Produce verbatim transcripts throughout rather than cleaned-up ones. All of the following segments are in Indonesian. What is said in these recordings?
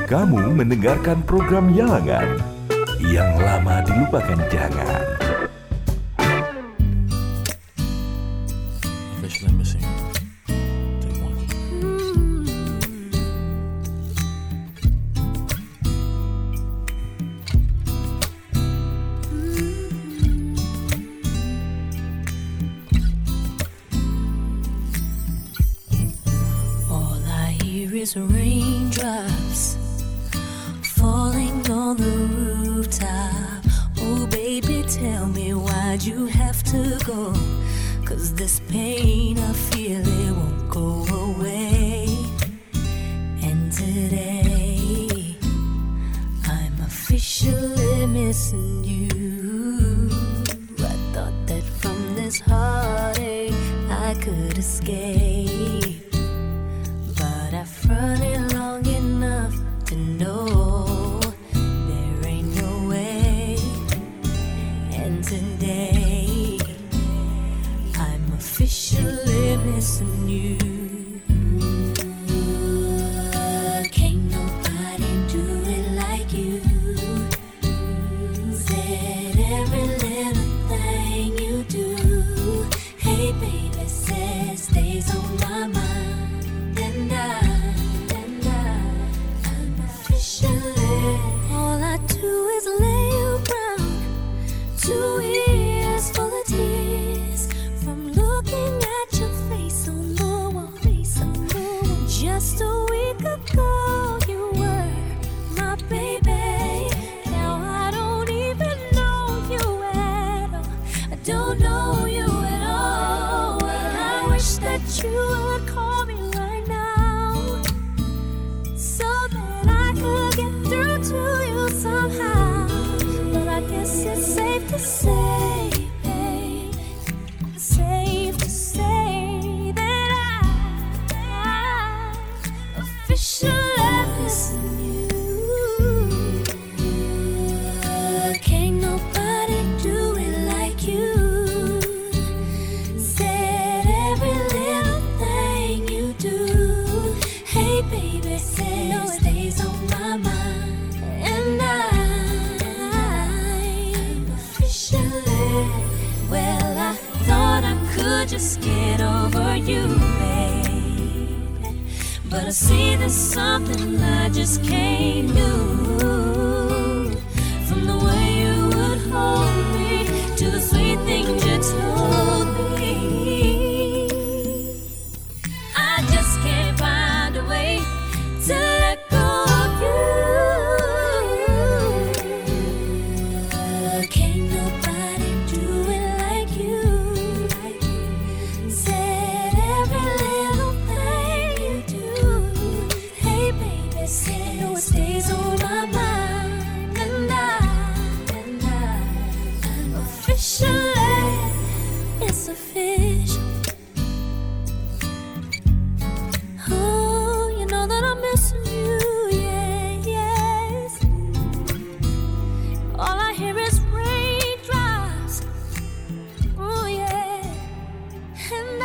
Kamu mendengarkan program Yalangan, yang lama dilupakan jangan. Officially missing. Take one. All I hear is raindrops falling on the rooftop. Oh baby, tell me why'd you have to go? 'Cause this pain I feel it won't go away. And today I'm officially missing you. I thought that from this heartache I could escape, but I've run it long enough to know there ain't no way. And today I'm officially missing you. Can't nobody do it like you. Said every little thing you do. Hey baby, says stays on my mind. And I, and I, I'm officially. All I do is lay around, two ears full of tears from looking at your face on the wall. Face on the wall. Just a week ago you were my baby. Now I don't even know you at all. I don't know you at all. Well, I wish that you would call me right now, so that I could get through to you somehow. But I guess it's safe to say, babe, safe to say that I, I officially missing you. Can't nobody do it like you. Said every little thing you do. Hey baby, say it stays on my mind. And I, I'm officially. Well, I thought I could just get over you, babe, but I see there's something I just can't do. From the way you would hold me to the sweet things you told me, I just can't find a way to let go of you. Can't nobody do it like you. Said every little thing you do. Hey baby, say it stays on my mind. And I, and I, I'm officially, it's official. Oh, you know that I'm missing you, yeah, yes. All I hear is raindrops, oh yeah. And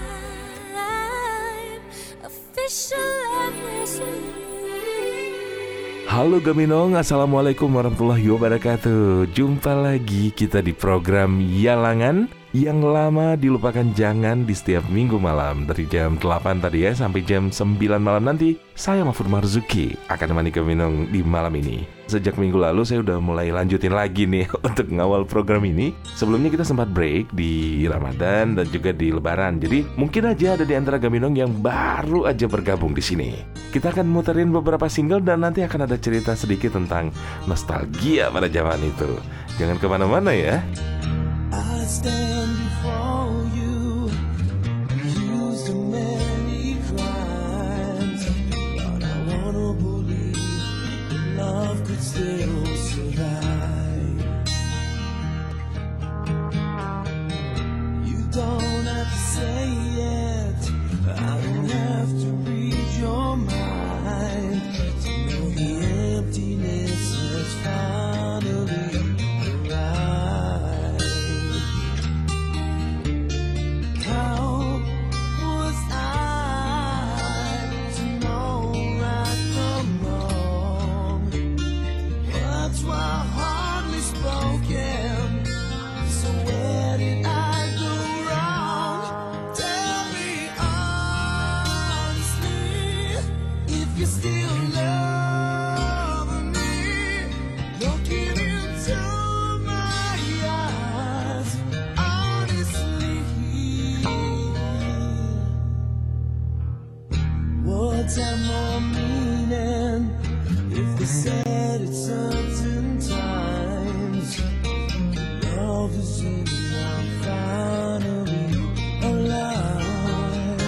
I'm officially missing you. Halo Gaminong, Assalamualaikum warahmatullahi wabarakatuh. Jumpa lagi kita di program Yalangan, yang lama dilupakan jangan, di setiap minggu malam dari jam delapan tadi ya sampai jam sembilan malam nanti. Saya Mahfud Marzuki akan menemani Gaminong di malam ini. Sejak minggu lalu saya udah mulai lanjutin lagi nih untuk ngawal program ini. Sebelumnya kita sempat break di Ramadan dan juga di Lebaran. Jadi mungkin aja ada di antara Gaminong yang baru aja bergabung di sini. Kita akan muterin beberapa single dan nanti akan ada cerita sedikit tentang nostalgia pada zaman itu. Jangan kemana-mana ya. I stand before you, accused of many crimes, but I wanna believe that love could still survive. You don't have to say it, I don't have to read your mind to know the emptiness has finally arrived. Was I to know right from wrong? you still love me, looking into my eyes, honestly, words have more meaning if they said at certain times. Love is in I'm finally alive.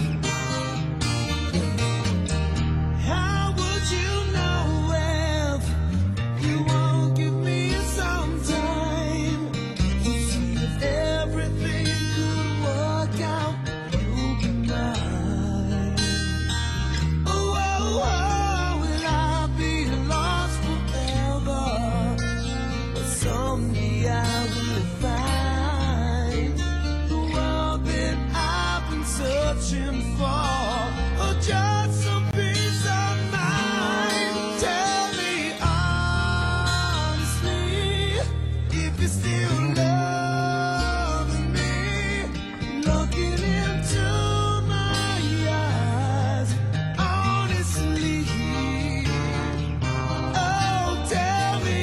How would you know if you won't give me some time to see if everything could work out? You'll be mine. Oh, oh, oh, will I be lost forever? But someday I will find the world that I've been searching for, or just some peace of mind. Tell me honestly if you still love me, looking into my eyes, honestly. Oh, tell me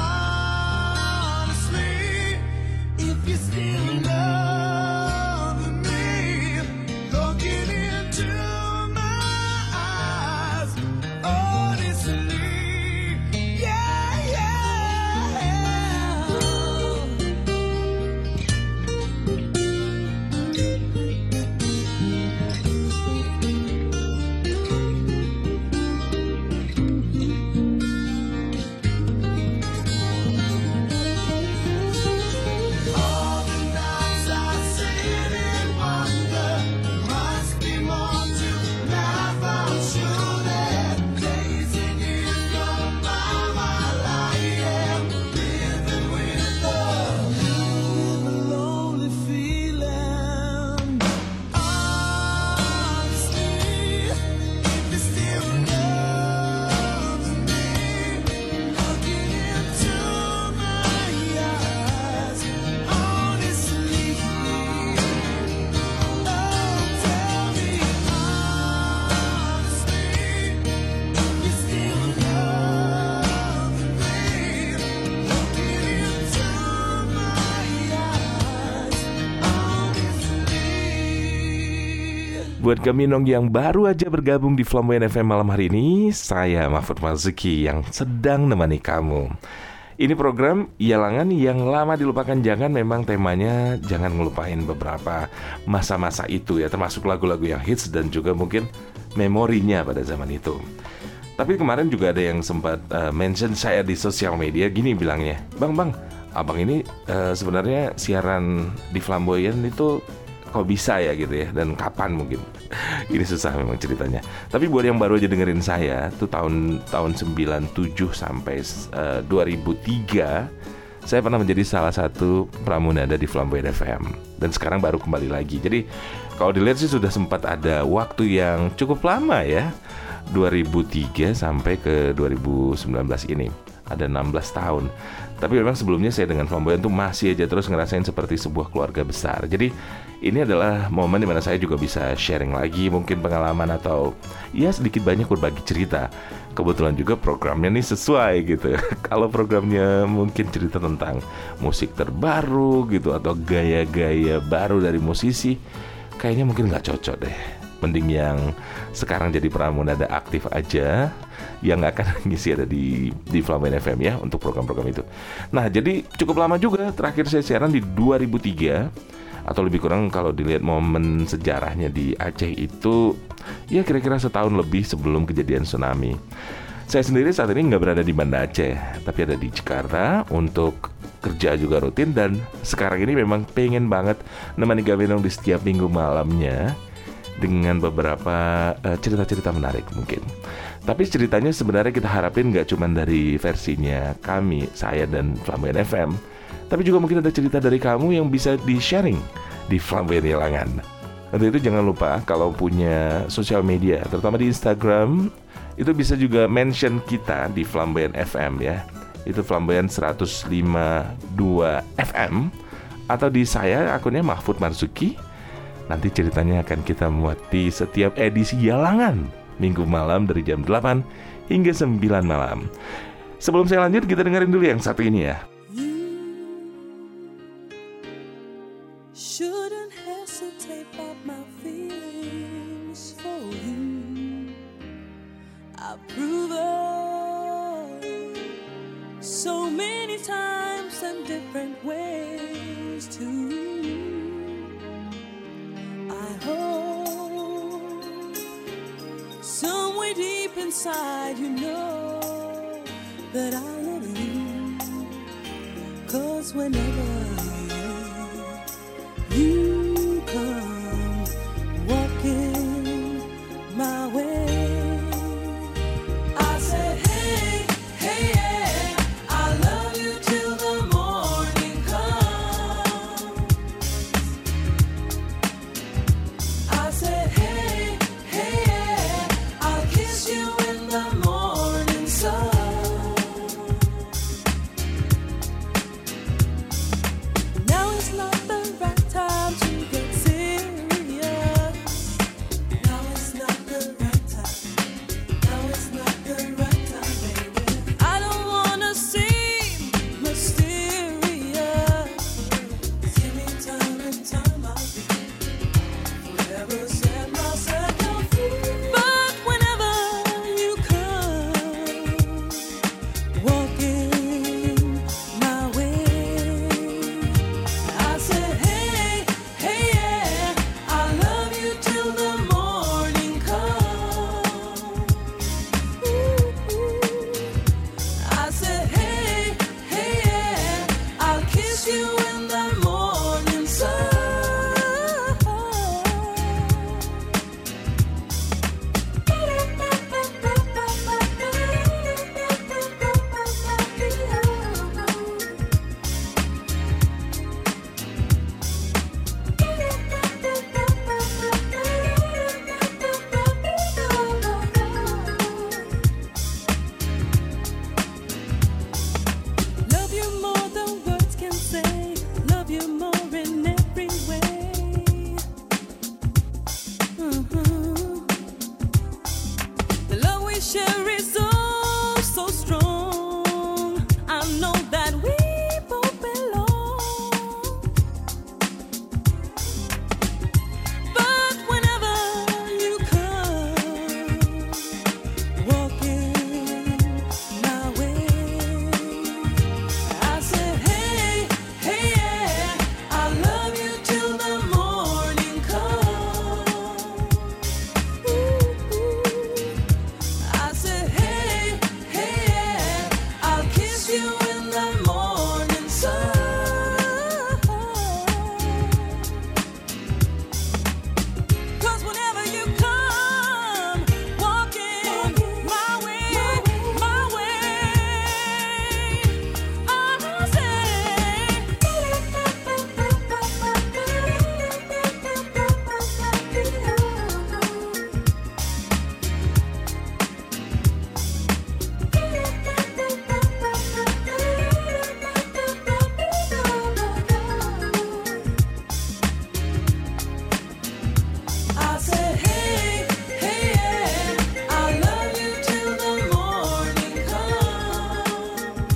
honestly if you still love me, looking into my eyes, honestly. Yeah, yeah. All the nights I sit and wonder, must be more to life, I'm sure that days and years gone by while I am living with the lonely feeling. Honestly, if you still love me, looking into my eyes, honestly. Oh, tell me honestly if you still love me, looking into my eyes, honestly. Buat Gaminong yang baru aja bergabung di Flamboyan F M malam hari ini, saya Mahfud Marzuki yang sedang nemani kamu. Ini program Yalangan yang lama dilupakan jangan, memang temanya jangan ngelupain beberapa masa-masa itu ya, termasuk lagu-lagu yang hits dan juga mungkin memorinya pada zaman itu. Tapi kemarin juga ada yang sempat uh, mention saya di sosial media, gini bilangnya, Bang, bang, abang ini uh, sebenarnya siaran di Flamboyan itu kok bisa ya gitu ya, dan kapan mungkin. Ini susah memang ceritanya. Tapi buat yang baru aja dengerin saya tuh tahun tahun sembilan tujuh sampai uh, dua ribu tiga, saya pernah menjadi salah satu pramunada di Flamboyan F M dan sekarang baru kembali lagi. Jadi kalau dilihat sih sudah sempat ada waktu yang cukup lama ya, dua ribu tiga sampai ke dua ribu sembilan belas ini. Ada enam belas tahun. Tapi memang sebelumnya saya dengan Flamboyan tuh masih aja terus ngerasain seperti sebuah keluarga besar. Jadi ini adalah momen dimana saya juga bisa sharing lagi mungkin pengalaman atau ya sedikit banyak berbagi cerita. Kebetulan juga programnya nih sesuai gitu. Kalau programnya mungkin cerita tentang musik terbaru gitu atau gaya-gaya baru dari musisi, kayaknya mungkin gak cocok deh. Mending yang sekarang jadi pramunada aktif aja, yang akan ngisi ada di di Flamboyan F M ya untuk program-program itu. Nah, jadi cukup lama juga. Terakhir saya siaran di dua ribu tiga, atau lebih kurang kalau dilihat momen sejarahnya di Aceh itu ya kira-kira setahun lebih sebelum kejadian tsunami. Saya sendiri saat ini nggak berada di Banda Aceh, tapi ada di Jakarta untuk kerja juga rutin, dan sekarang ini memang pengen banget nemani Gaminong di setiap minggu malamnya dengan beberapa uh, cerita-cerita menarik mungkin. Tapi ceritanya sebenarnya kita harapin gak cuma dari versinya kami, saya dan Flamboyan F M, tapi juga mungkin ada cerita dari kamu yang bisa di-sharing di Flamboyan Yalangan. Untuk itu jangan lupa kalau punya sosial media, terutama di Instagram, itu bisa juga mention kita di Flamboyan F M ya. Itu Flamboyan seratus lima puluh dua F M, atau di saya akunnya Mahfud Marzuki. Nanti ceritanya akan kita muat di setiap edisi Yalangan Minggu malam dari jam delapan hingga sembilan malam. Sebelum saya lanjut, kita dengerin dulu yang satu ini ya. Shouldn't hesitate about my feelings for you. I've proven so many times and different ways to you. I hope somewhere deep inside you know that I love you. 'Cause whenever you come walking my way, I say, hey, hey, yeah, I love you till the morning comes. I say, hey, hey, yeah, I'll kiss you in the morning sun. Now it's not the right time to get serious. Now it's not the right time. Now it's not the right time, baby. I don't wanna seem mysterious. Give me time and time, I'll be forever set myself free. But whenever you come walking my way, I said, hey, hey, yeah, I love you till the morning comes. I said, hey, hey, yeah, I'll kiss you in the morning sun. Love you more than words can say. Love you more in every way. Mhm. The love we share is oh so strong. I know that we both belong. But whenever you come walking my way, I said, hey, hey, yeah, I love you till the morning comes. I said, hey, hey, yeah, I'll kiss you in the morning sun. 'Cause whenever you come walking my way, my way, I say, I say, hey, hey, yeah, I love you till the morning comes.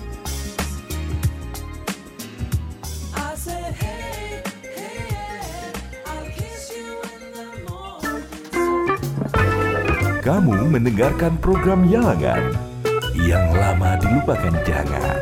I say, hey, hey, yeah, I'll kiss you in the morning. Kamu mendengarkan program Yalangan, yang lama dilupakan jangan.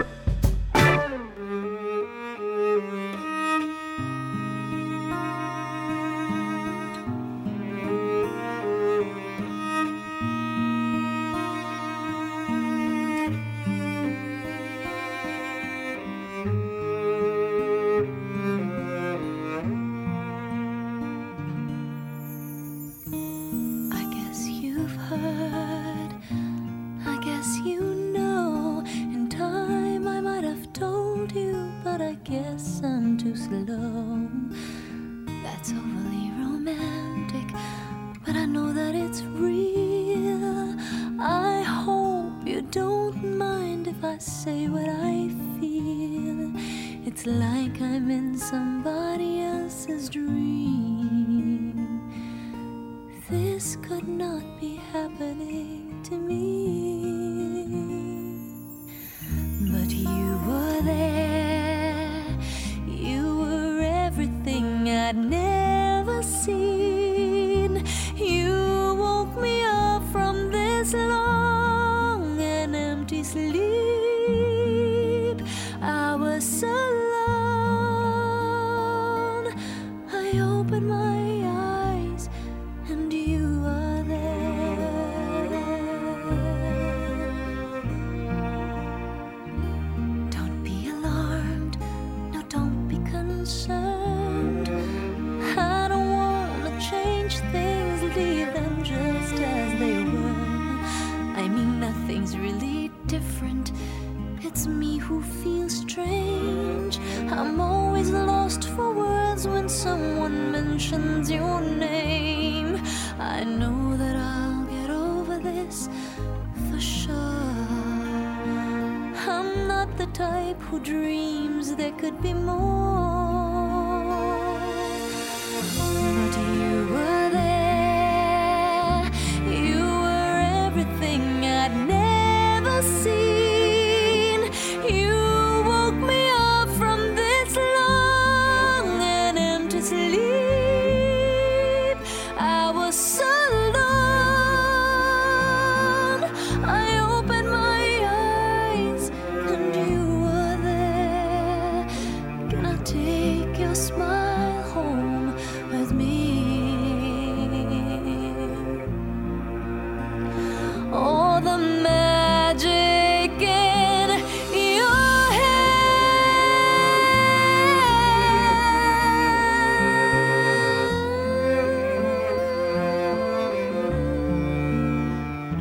I guess you've heard, I guess you know. In time I might have told you, but I guess I'm too slow. That's overly romantic, but I know that it's real. I hope you don't mind if I say what I feel. It's like I'm in somebody else's dream. This This could not be happening to me. But you were there. You were everything I'd never seen. You woke me up from this long and empty sleep. I was alone. I opened my eyes and you were there. Don't be alarmed, no, don't be concerned. I don't want to change things, leave them just as they were. I mean, nothing's really different. It's me who feels strange. I'm always lost for words when someone mentions your name. I know that I'll get over this for sure. I'm not the type who dreams there could be more. But you were there. You were everything I'd never seen. You woke me up from this long and empty sleep. I was alone. I opened my eyes and you were there. Can I take your smile home with me? Oh, the magic in your hand.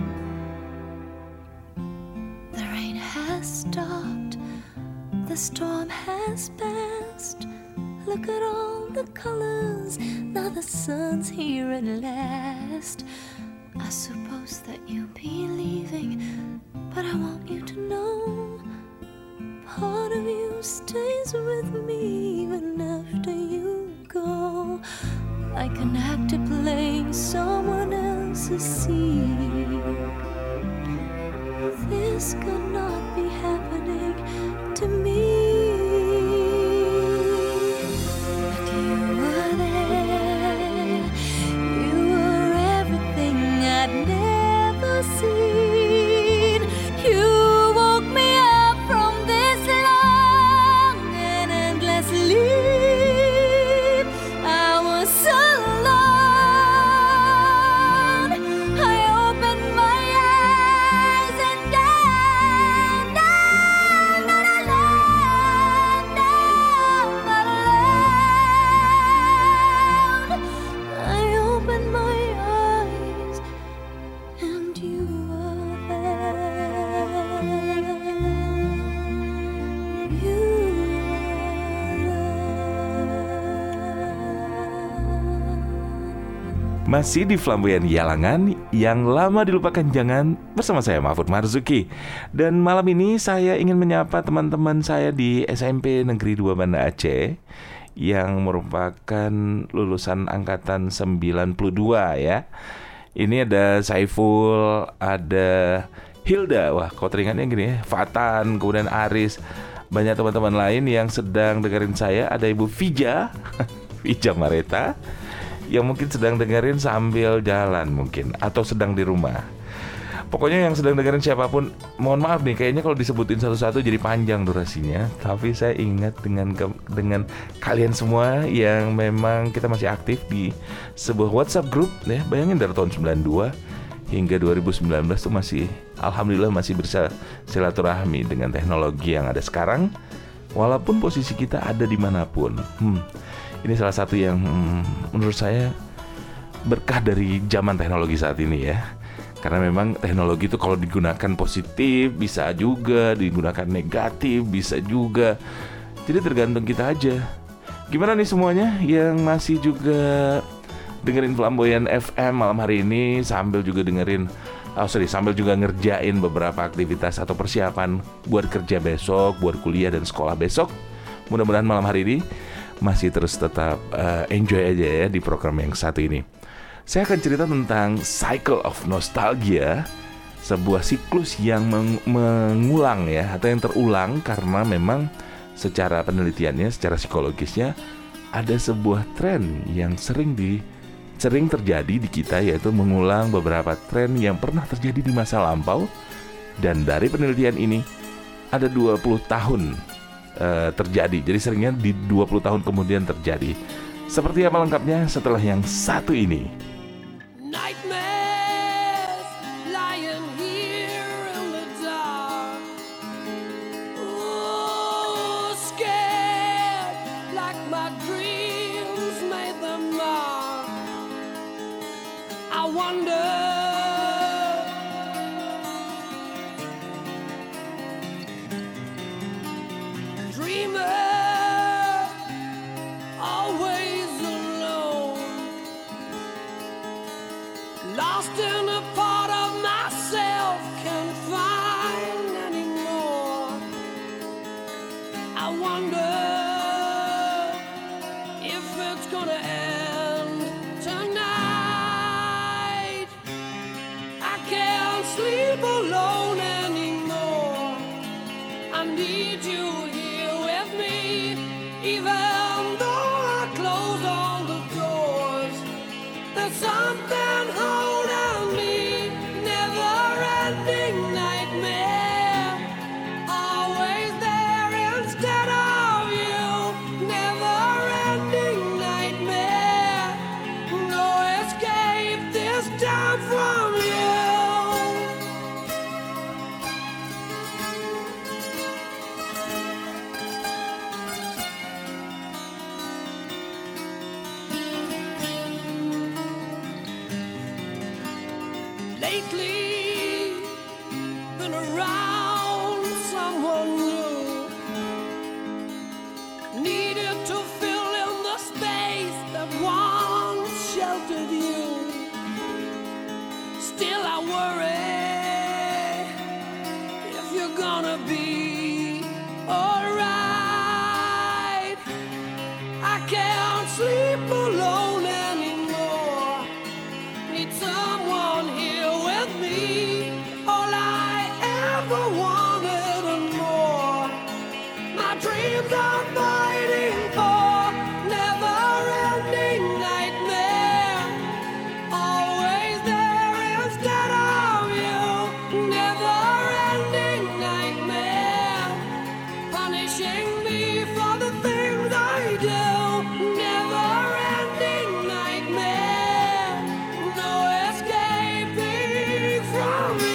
The rain has stopped, the storm has passed. Look at all the colors, now the sun's here at last. I suppose that you'll be leaving, but I want you to know part of you stays with me even after you go. Like an actor playing someone else's scene. This could not be happening to me. But you were there. You were everything I'd never seen. You woke me up from this long and endless sleep. I was alone. I opened my eyes and down, down, not alone, down, not alone. I opened my eyes and you were there. You were there. Masih di Flamboyan Yalangan yang lama dilupakan jangan bersama saya Mahfud Marzuki. Dan malam ini saya ingin menyapa teman-teman saya di S M P Negeri dua Banda Aceh yang merupakan lulusan angkatan sembilan puluh dua ya. Ini ada Saiful, ada Hilda, wah kok teringatnya gini ya, Fatan, kemudian Aris. Banyak teman-teman lain yang sedang dengerin saya. Ada Ibu Vija, Vija Mareta, yang mungkin sedang dengerin sambil jalan mungkin, atau sedang di rumah. Pokoknya yang sedang dengerin siapapun, mohon maaf nih, kayaknya kalau disebutin satu-satu jadi panjang durasinya. Tapi saya ingat dengan ke, dengan kalian semua yang memang kita masih aktif di sebuah WhatsApp group ya. Bayangin dari tahun sembilan puluh dua hingga dua ribu sembilan belas tuh masih, alhamdulillah masih bisa silaturahmi dengan teknologi yang ada sekarang. Walaupun posisi kita ada dimanapun. Hmm, ini salah satu yang hmm, menurut saya berkah dari zaman teknologi saat ini ya. Karena memang teknologi itu kalau digunakan positif bisa juga, digunakan negatif bisa juga. Jadi tergantung kita aja. Gimana nih semuanya yang masih juga dengerin Flamboyan F M malam hari ini sambil juga dengerin, oh sorry, sambil juga ngerjain beberapa aktivitas atau persiapan buat kerja besok, buat kuliah dan sekolah besok. Mudah-mudahan malam hari ini masih terus tetap uh, enjoy aja ya di program yang satu ini. Saya akan cerita tentang cycle of nostalgia, sebuah siklus yang meng- mengulang ya, atau yang terulang karena memang secara penelitiannya, secara psikologisnya ada sebuah tren yang sering di sering terjadi di kita, yaitu mengulang beberapa tren yang pernah terjadi di masa lampau. Dan dari penelitian ini ada dua puluh tahun uh, terjadi. Jadi seringnya di dua puluh tahun kemudian terjadi. Seperti apa lengkapnya setelah yang satu ini. Nightmares lying here in the dark. Ooh, scared like my dreams made them mark. I wonder, dreamer, always alone, lost in a part of myself, can't find anymore. I wonder if it's gonna end tonight. I can't sleep alone anymore. I need you here with me, even though I close all the doors. There's something holding me, never-ending nightmare, always there instead of you. Never-ending nightmare, no escape this time from you. Lately, been around someone new, needed to fill in the space that once sheltered you. Still I worry if you're gonna be alright. I can't sleep alone anymore. Need someone here with me. All I ever wanted and more. My dreams are fighting for never-ending nightmare, always there instead of you. Never-ending nightmare, punishing me for the things I do. Never-ending nightmare, no escaping from you.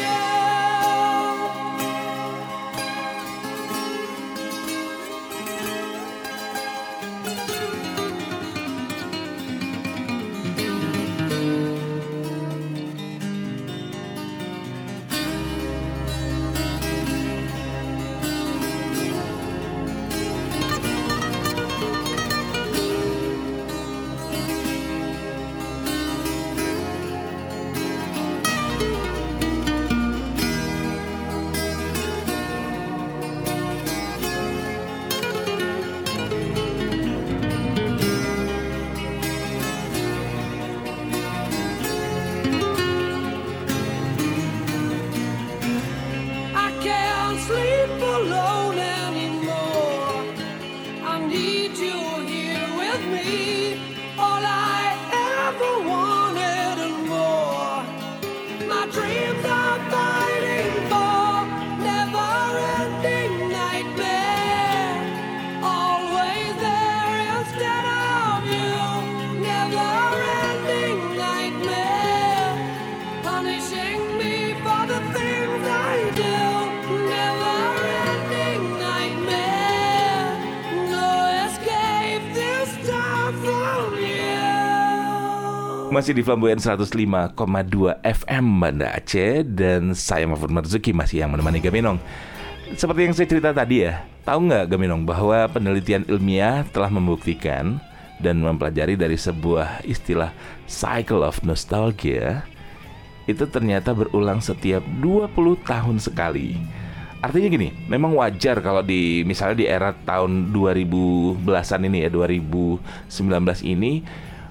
I can't sleep alone anymore. I need you here with me. All I ever wanted and more. My dreams are fighting for never-ending nightmare, always there instead of you. Never-ending nightmare, punishing me for the things I do. Never-ending nightmare, no escape this time from you. Masih di Flamboyan seratus lima koma dua F M Banda Aceh. Dan saya Mahfud Marzuki masih yang menemani Gaminong. Seperti yang saya cerita tadi ya, tahu nggak Gaminong bahwa penelitian ilmiah telah membuktikan dan mempelajari dari sebuah istilah cycle of nostalgia itu ternyata berulang setiap dua puluh tahun sekali. Artinya gini, memang wajar kalau di misalnya di era tahun dua ribu belasan ini ya, dua ribu sembilan belas ini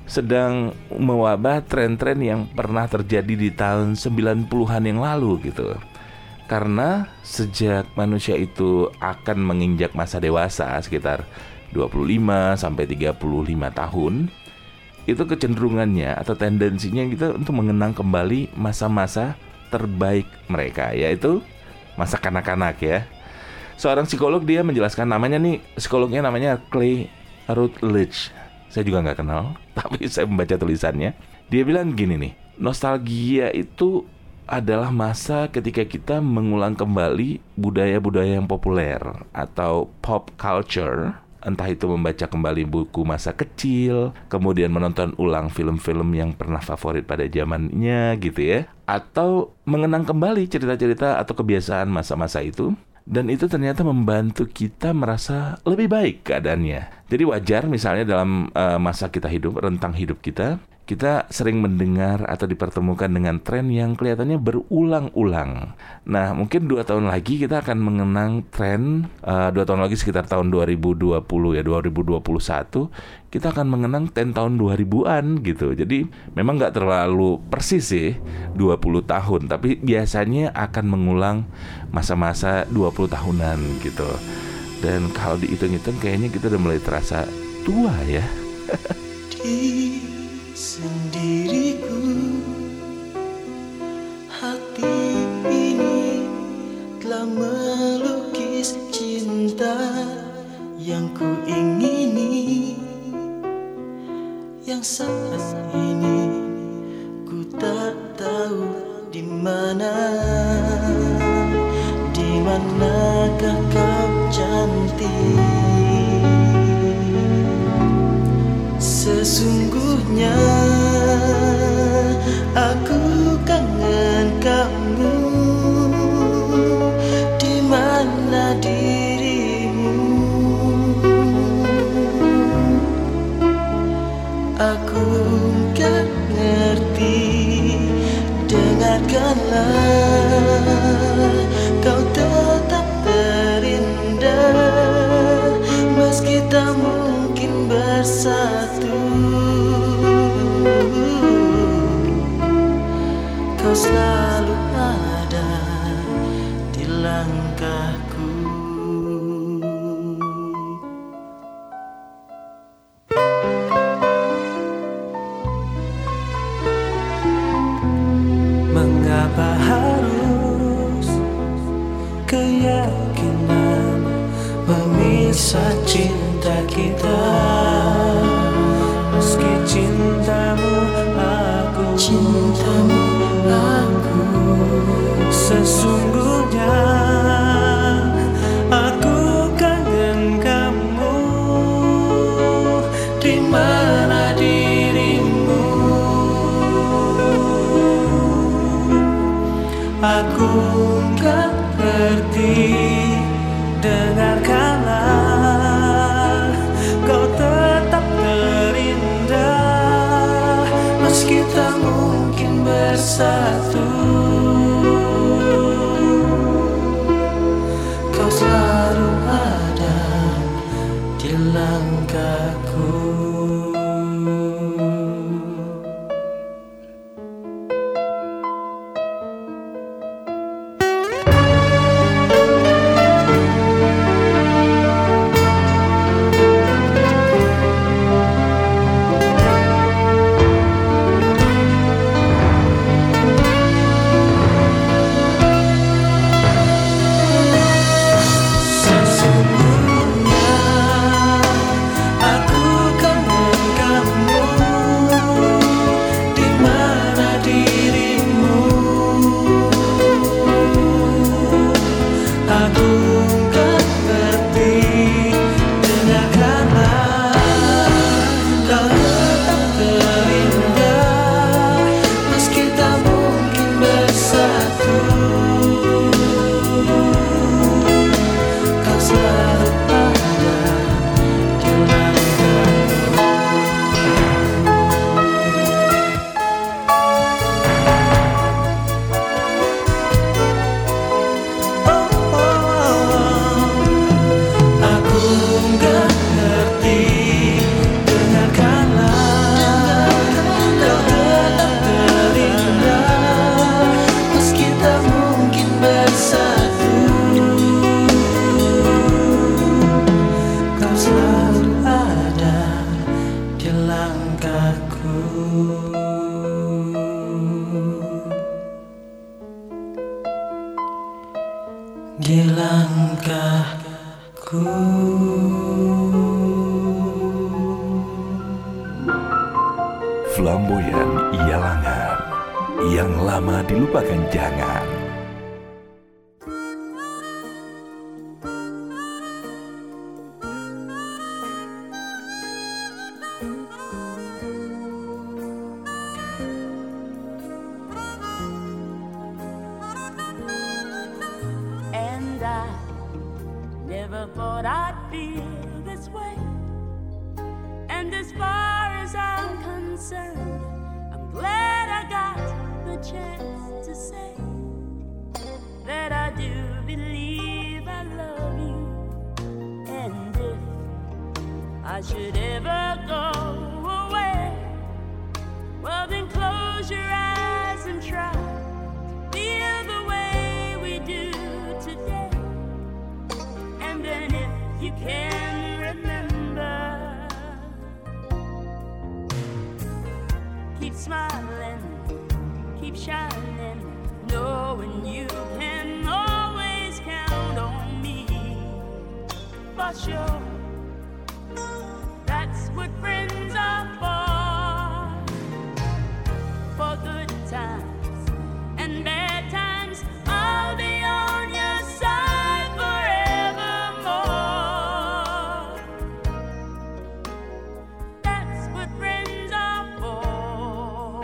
sedang mewabah tren-tren yang pernah terjadi di tahun sembilan puluhan yang lalu gitu. Karena sejak manusia itu akan menginjak masa dewasa sekitar dua puluh lima sampai tiga puluh lima tahun, itu kecenderungannya atau tendensinya kita untuk mengenang kembali masa-masa terbaik mereka, yaitu masa kanak-kanak ya. Seorang psikolog dia menjelaskan, namanya nih, psikolognya namanya Clay Routledge. Saya juga nggak kenal, tapi saya membaca tulisannya. Dia bilang gini nih, nostalgia itu adalah masa ketika kita mengulang kembali budaya-budaya yang populer atau pop culture. Entah itu membaca kembali buku masa kecil, kemudian menonton ulang film-film yang pernah favorit pada zamannya gitu ya. Atau mengenang kembali cerita-cerita atau kebiasaan masa-masa itu. Dan itu ternyata membantu kita merasa lebih baik keadaannya. Jadi wajar misalnya dalam uh, masa kita hidup, rentang hidup kita, kita sering mendengar atau dipertemukan dengan tren yang kelihatannya berulang-ulang. Nah, mungkin dua tahun lagi kita akan mengenang tren, uh, dua tahun lagi sekitar tahun dua ribu dua puluh ya, dua ribu dua puluh satu, kita akan mengenang tren tahun dua ribuan gitu. Jadi memang nggak terlalu persis sih dua puluh tahun, tapi biasanya akan mengulang masa-masa dua puluh tahunan gitu. Dan kalau dihitung-hitung kayaknya kita udah mulai terasa tua ya. Di sendiriku, hati ini telah melukis cinta yang ku ingini, yang saat ini ku tak tahu di mana, di manakah kau cantik. Sesungguhnya aku kangen kamu, di mana dirimu. Aku gak ngerti, dengarkanlah, kau tetap terindah meski tak mungkin bersatu. Kau selalu ada di langkahku. Mengapa harus keyakinan memisah cinta kita? Meski cintamu aku, cintamu aku, sesungguhnya aku kangen kamu, di mana dirimu. Aku gak ngerti, dengarkanlah, kau tetap terindah meski tak mungkin bersatu. Kau selalu ada di langkahku. di langkahku. Flamboyan Yalangan, yang lama dilupakan jangan. And I never thought I'd feel this way. And as far as I'm concerned, I'm glad I got the chance to say that I do believe I love you. And if I should ever go away, well then close your eyes and try to feel the way we do today. And then if you can remember, keep smiling, keep shining, knowing you can always count on me. For sure, that's what friends are for. For good times and bad times, I'll be on your side forevermore. That's what friends are for.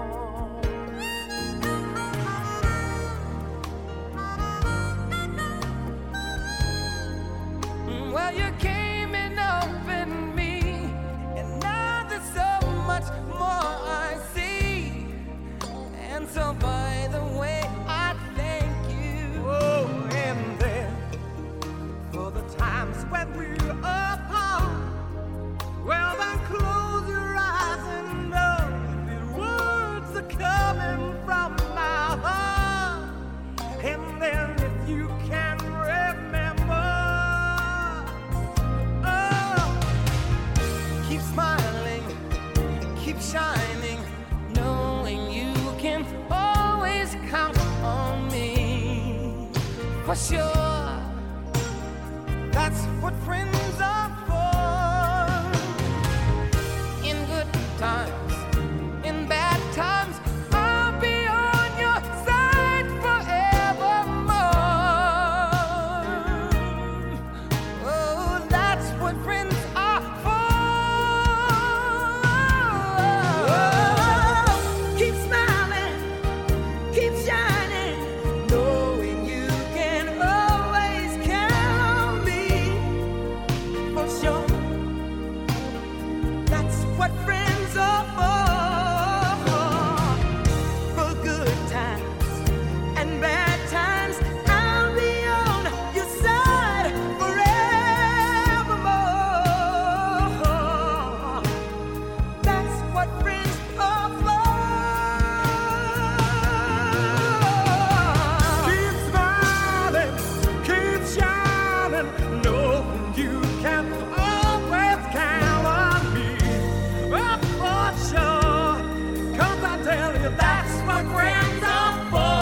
Well, you came and opened me, and now there's so much more I see. And so, by the way, I thank you. Oh, and then for the times when we're apart, well then close your eyes and know the words are coming from my heart. And then if you can remember, oh, Keep smiling, keep shining, knowing you can always count on me. For sure, that's what friends are for. In good times, in bad times, I'll be on your side forevermore. Oh, that's what friends are for. keep smiling, keep shining, knowing you can always count on me. For sure, that's what friends are for. For good times and bad times, I'll be on your side forevermore. That's what friends are for. Keep smiling, keep shining, knowing you can always count on me. Oh, for sure, 'cause I tell you that's what friends are for.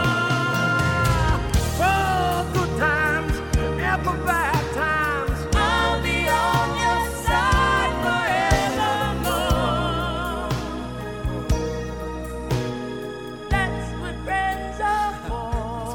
For good times and for bad times, I'll be on your side forevermore. That's what friends are for.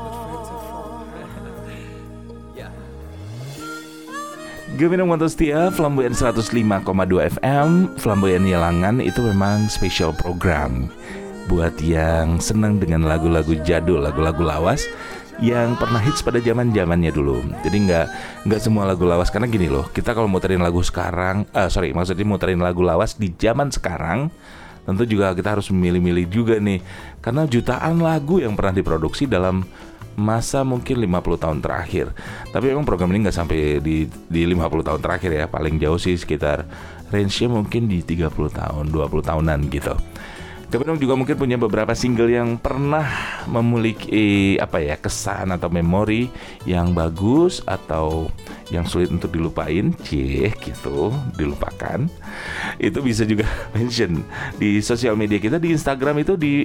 Geminong Manto Setia, Flamboyan seratus lima koma dua F M. Flamboyan Yalangan itu memang special program buat yang senang dengan lagu-lagu jadul, lagu-lagu lawas yang pernah hits pada zaman-zamannya dulu. Jadi nggak nggak semua lagu lawas, karena gini loh, kita kalau muterin lagu sekarang, ah sorry maksudnya muterin lagu lawas di zaman sekarang, tentu juga kita harus memilih-milih juga nih, karena jutaan lagu yang pernah diproduksi dalam masa mungkin lima puluh tahun terakhir. Tapi memang program ini nggak sampai di di lima puluh tahun terakhir ya, paling jauh sih sekitar range-nya mungkin di tiga puluh tahun, dua puluh tahunan gitu. Kemudian juga mungkin punya beberapa single yang pernah memiliki apa ya, kesan atau memori yang bagus atau yang sulit untuk dilupain, cie gitu, dilupakan. Itu bisa juga mention di sosial media kita, di Instagram itu di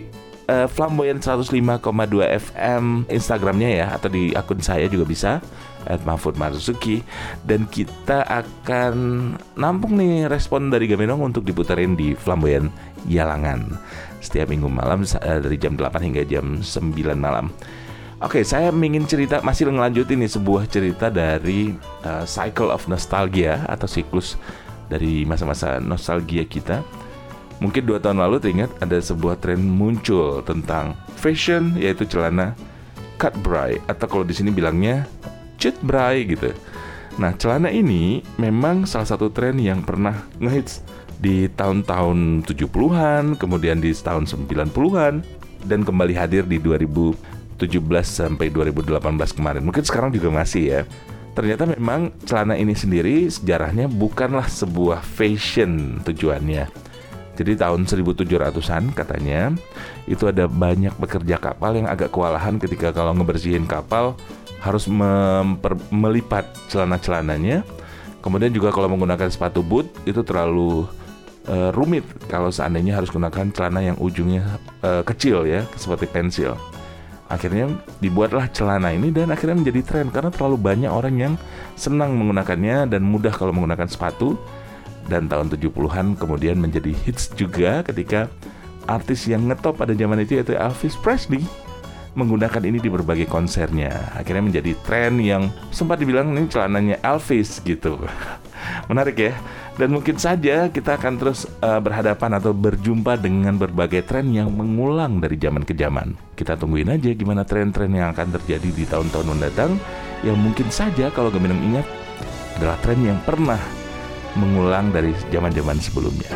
uh, Flamboyan seratus lima koma dua F M Instagramnya ya, atau di akun saya juga bisa at Mahfud Marzuki. Dan kita akan nampung nih respon dari Gaminong untuk diputarin di Flamboyan Yalangan setiap minggu malam uh, dari jam delapan hingga jam sembilan malam. Oke, saya ingin cerita, masih ngelanjutin nih sebuah cerita dari uh, Cycle of Nostalgia atau siklus dari masa-masa nostalgia kita. Mungkin dua tahun lalu teringat ada sebuah tren muncul tentang fashion, yaitu celana cut bray, atau kalau di sini bilangnya cut bray gitu. Nah, celana ini memang salah satu tren yang pernah ngehits di tahun-tahun tujuh puluhan, kemudian di tahun sembilan puluhan, dan kembali hadir di dua ribu tujuh belas sampai dua ribu delapan belas kemarin. Mungkin sekarang juga masih ya. Ternyata memang celana ini sendiri sejarahnya bukanlah sebuah fashion tujuannya. Jadi tahun seribu tujuh ratusan katanya itu ada banyak pekerja kapal yang agak kewalahan ketika kalau ngebersihin kapal harus memper, melipat celana-celananya. Kemudian juga kalau menggunakan sepatu boot itu terlalu uh, rumit kalau seandainya harus gunakan celana yang ujungnya uh, kecil ya, seperti pensil. Akhirnya dibuatlah celana ini dan akhirnya menjadi tren karena terlalu banyak orang yang senang menggunakannya dan mudah kalau menggunakan sepatu. Dan tahun tujuh puluhan kemudian menjadi hits juga ketika artis yang ngetop pada zaman itu yaitu Elvis Presley menggunakan ini di berbagai konsernya. Akhirnya menjadi tren yang sempat dibilang ini celananya Elvis gitu. Menarik ya. Dan mungkin saja kita akan terus uh, berhadapan atau berjumpa dengan berbagai tren yang mengulang dari zaman ke zaman. Kita tungguin aja gimana tren-tren yang akan terjadi di tahun-tahun mendatang, yang mungkin saja kalau Gaminong ingat adalah tren yang pernah mengulang dari zaman-zaman sebelumnya.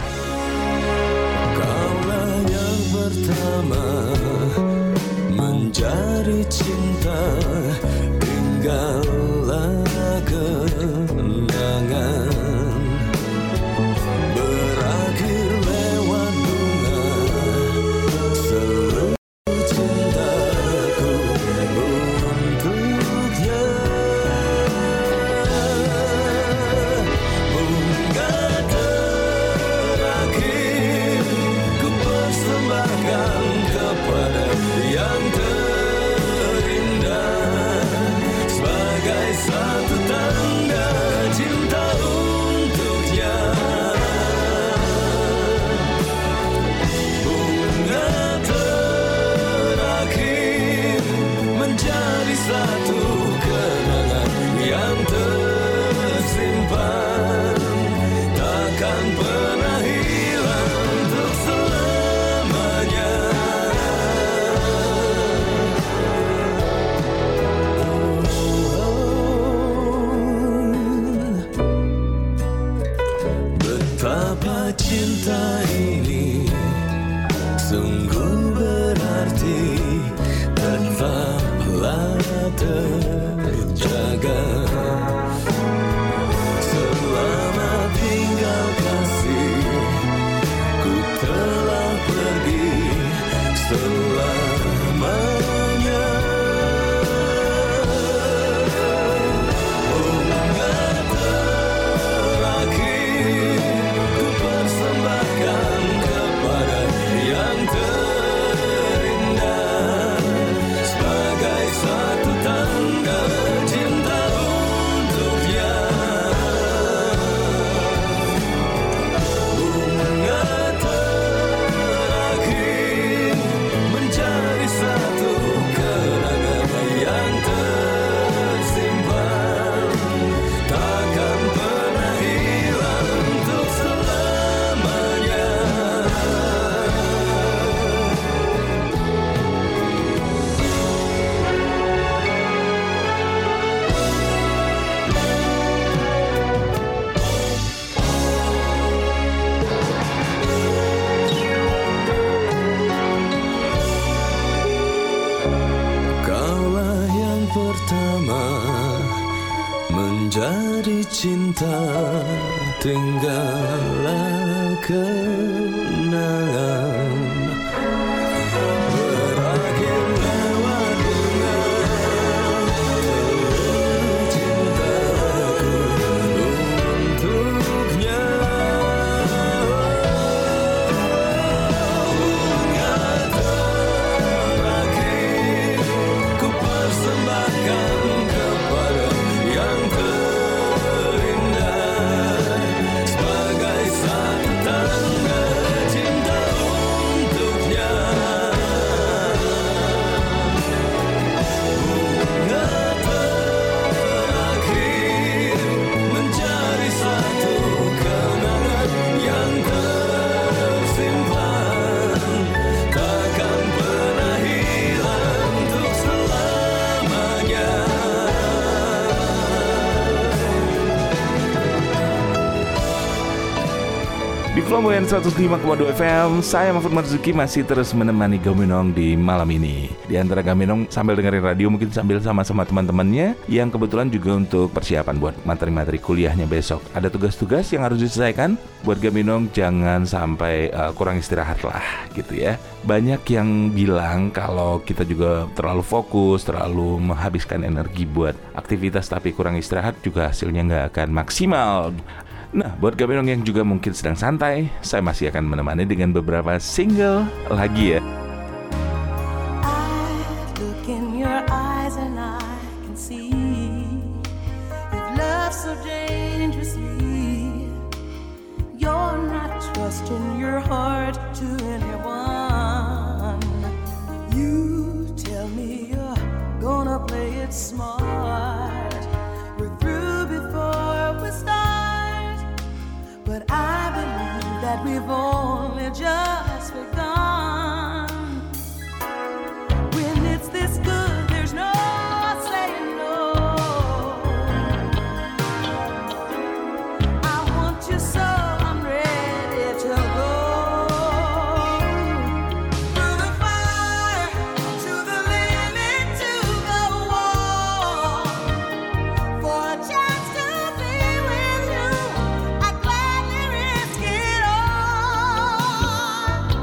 Kaulah yang pertama mencari cinta, tinggallah kenangan. Berakhir lewat bunga seluruh cintaku untuknya. Bunga terakhir ku persembahkan kepada yang terindah sebagai satu tanda cinta untuknya. Bunga terakhir menjadi satu kenangan yang tersimpan, takkan pernah hilang untuk selamanya. Betapa cinta ini sungguh berarti, tetaplah terjaga. Selama tinggal kasih, ku telah pergi selamanya. Bunga terakhir ku persembahkan kepada yang terindah sebagai satu tanda cinta untuknya. Bunga terakhir menjadi satu kenangan yang tersimpan, takkan pernah hilang untuk selamanya. Kaulah yang pertama menjadi cinta, tinggallah kenangan. Berakhir lewat bunga seluruh cintaku untuknya. Bunga Flamboyan seratus lima koma dua F M. Saya Mahfud Marzuki masih terus menemani Gaminong di malam ini. Di antara Gaminong sambil dengerin radio, mungkin sambil sama-sama teman-temannya yang kebetulan juga untuk persiapan buat materi-materi kuliahnya besok. Ada tugas-tugas yang harus diselesaikan. Buat Gaminong jangan sampai uh, kurang istirahat lah gitu ya. Banyak yang bilang kalau kita juga terlalu fokus, terlalu menghabiskan energi buat aktivitas tapi kurang istirahat juga hasilnya nggak akan maksimal. Nah, buat Gaminong yang juga mungkin sedang santai, saya masih akan menemani dengan beberapa single lagi ya. I look in your eyes and I can see you've loved so dangerously. You're not trusting your heart to anyone. You tell me you're gonna play it smart. We're through before we start. But I believe that we've only just begun. When it's this good, there's no saying no. I want you so I'm ready to go. Through the fire, to the limit, to the wall. For a chance to be with you, I gladly risk it all.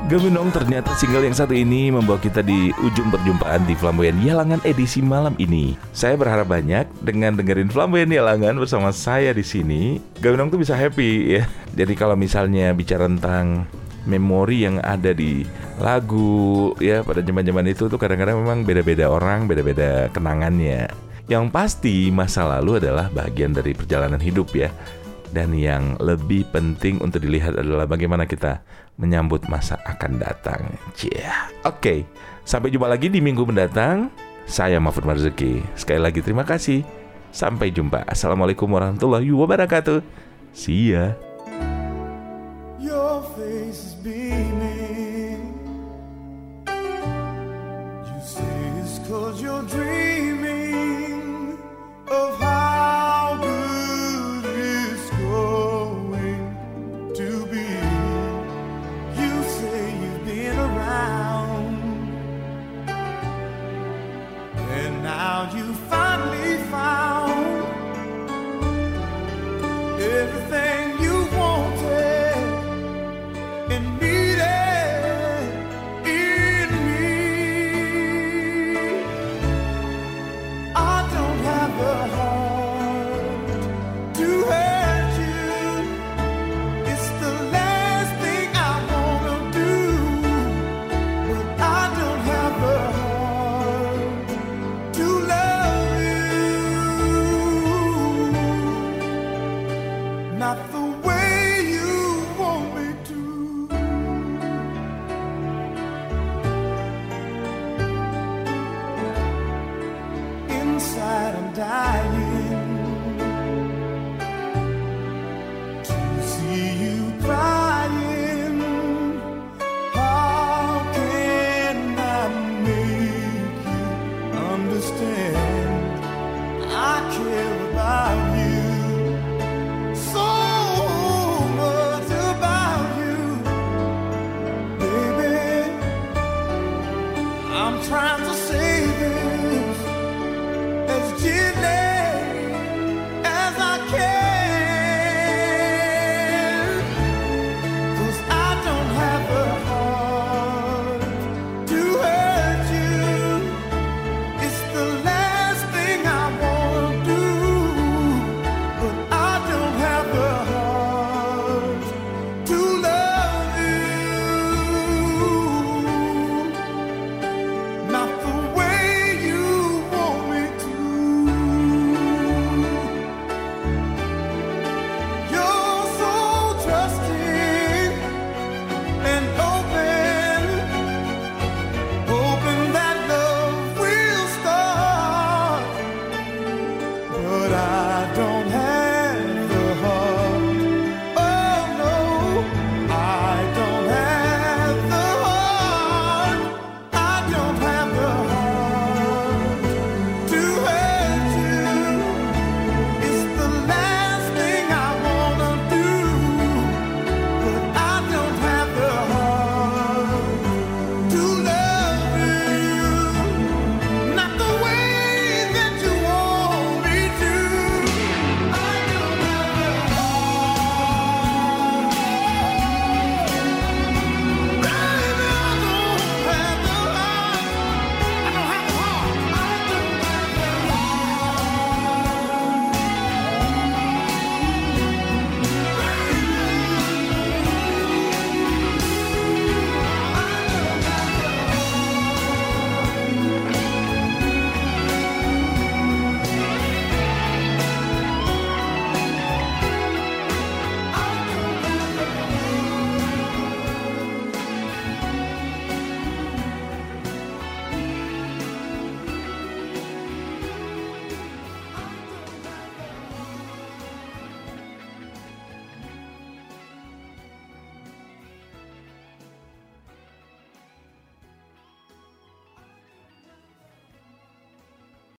Gaminong, ternyata single yang satu ini membawa kita di ujung perjumpaan di Flamboyan Yalangan edisi malam ini. Saya berharap banyak dengan dengerin Flamboyan Yalangan bersama saya di sini, Gaminong tuh bisa happy ya. Jadi kalau misalnya bicara tentang memori yang ada di lagu ya pada zaman-zaman itu tuh kadang-kadang memang beda-beda orang, beda-beda kenangannya. Yang pasti masa lalu adalah bagian dari perjalanan hidup ya. Dan yang lebih penting untuk dilihat adalah bagaimana kita menyambut masa akan datang. Yeah. Oke, okay. Sampai jumpa lagi di minggu mendatang. Saya Mahfud Marzuki. Sekali lagi terima kasih. Sampai jumpa. Assalamualaikum warahmatullahi wabarakatuh. See ya. Your face is beaming. You say it's 'cause you're dreaming.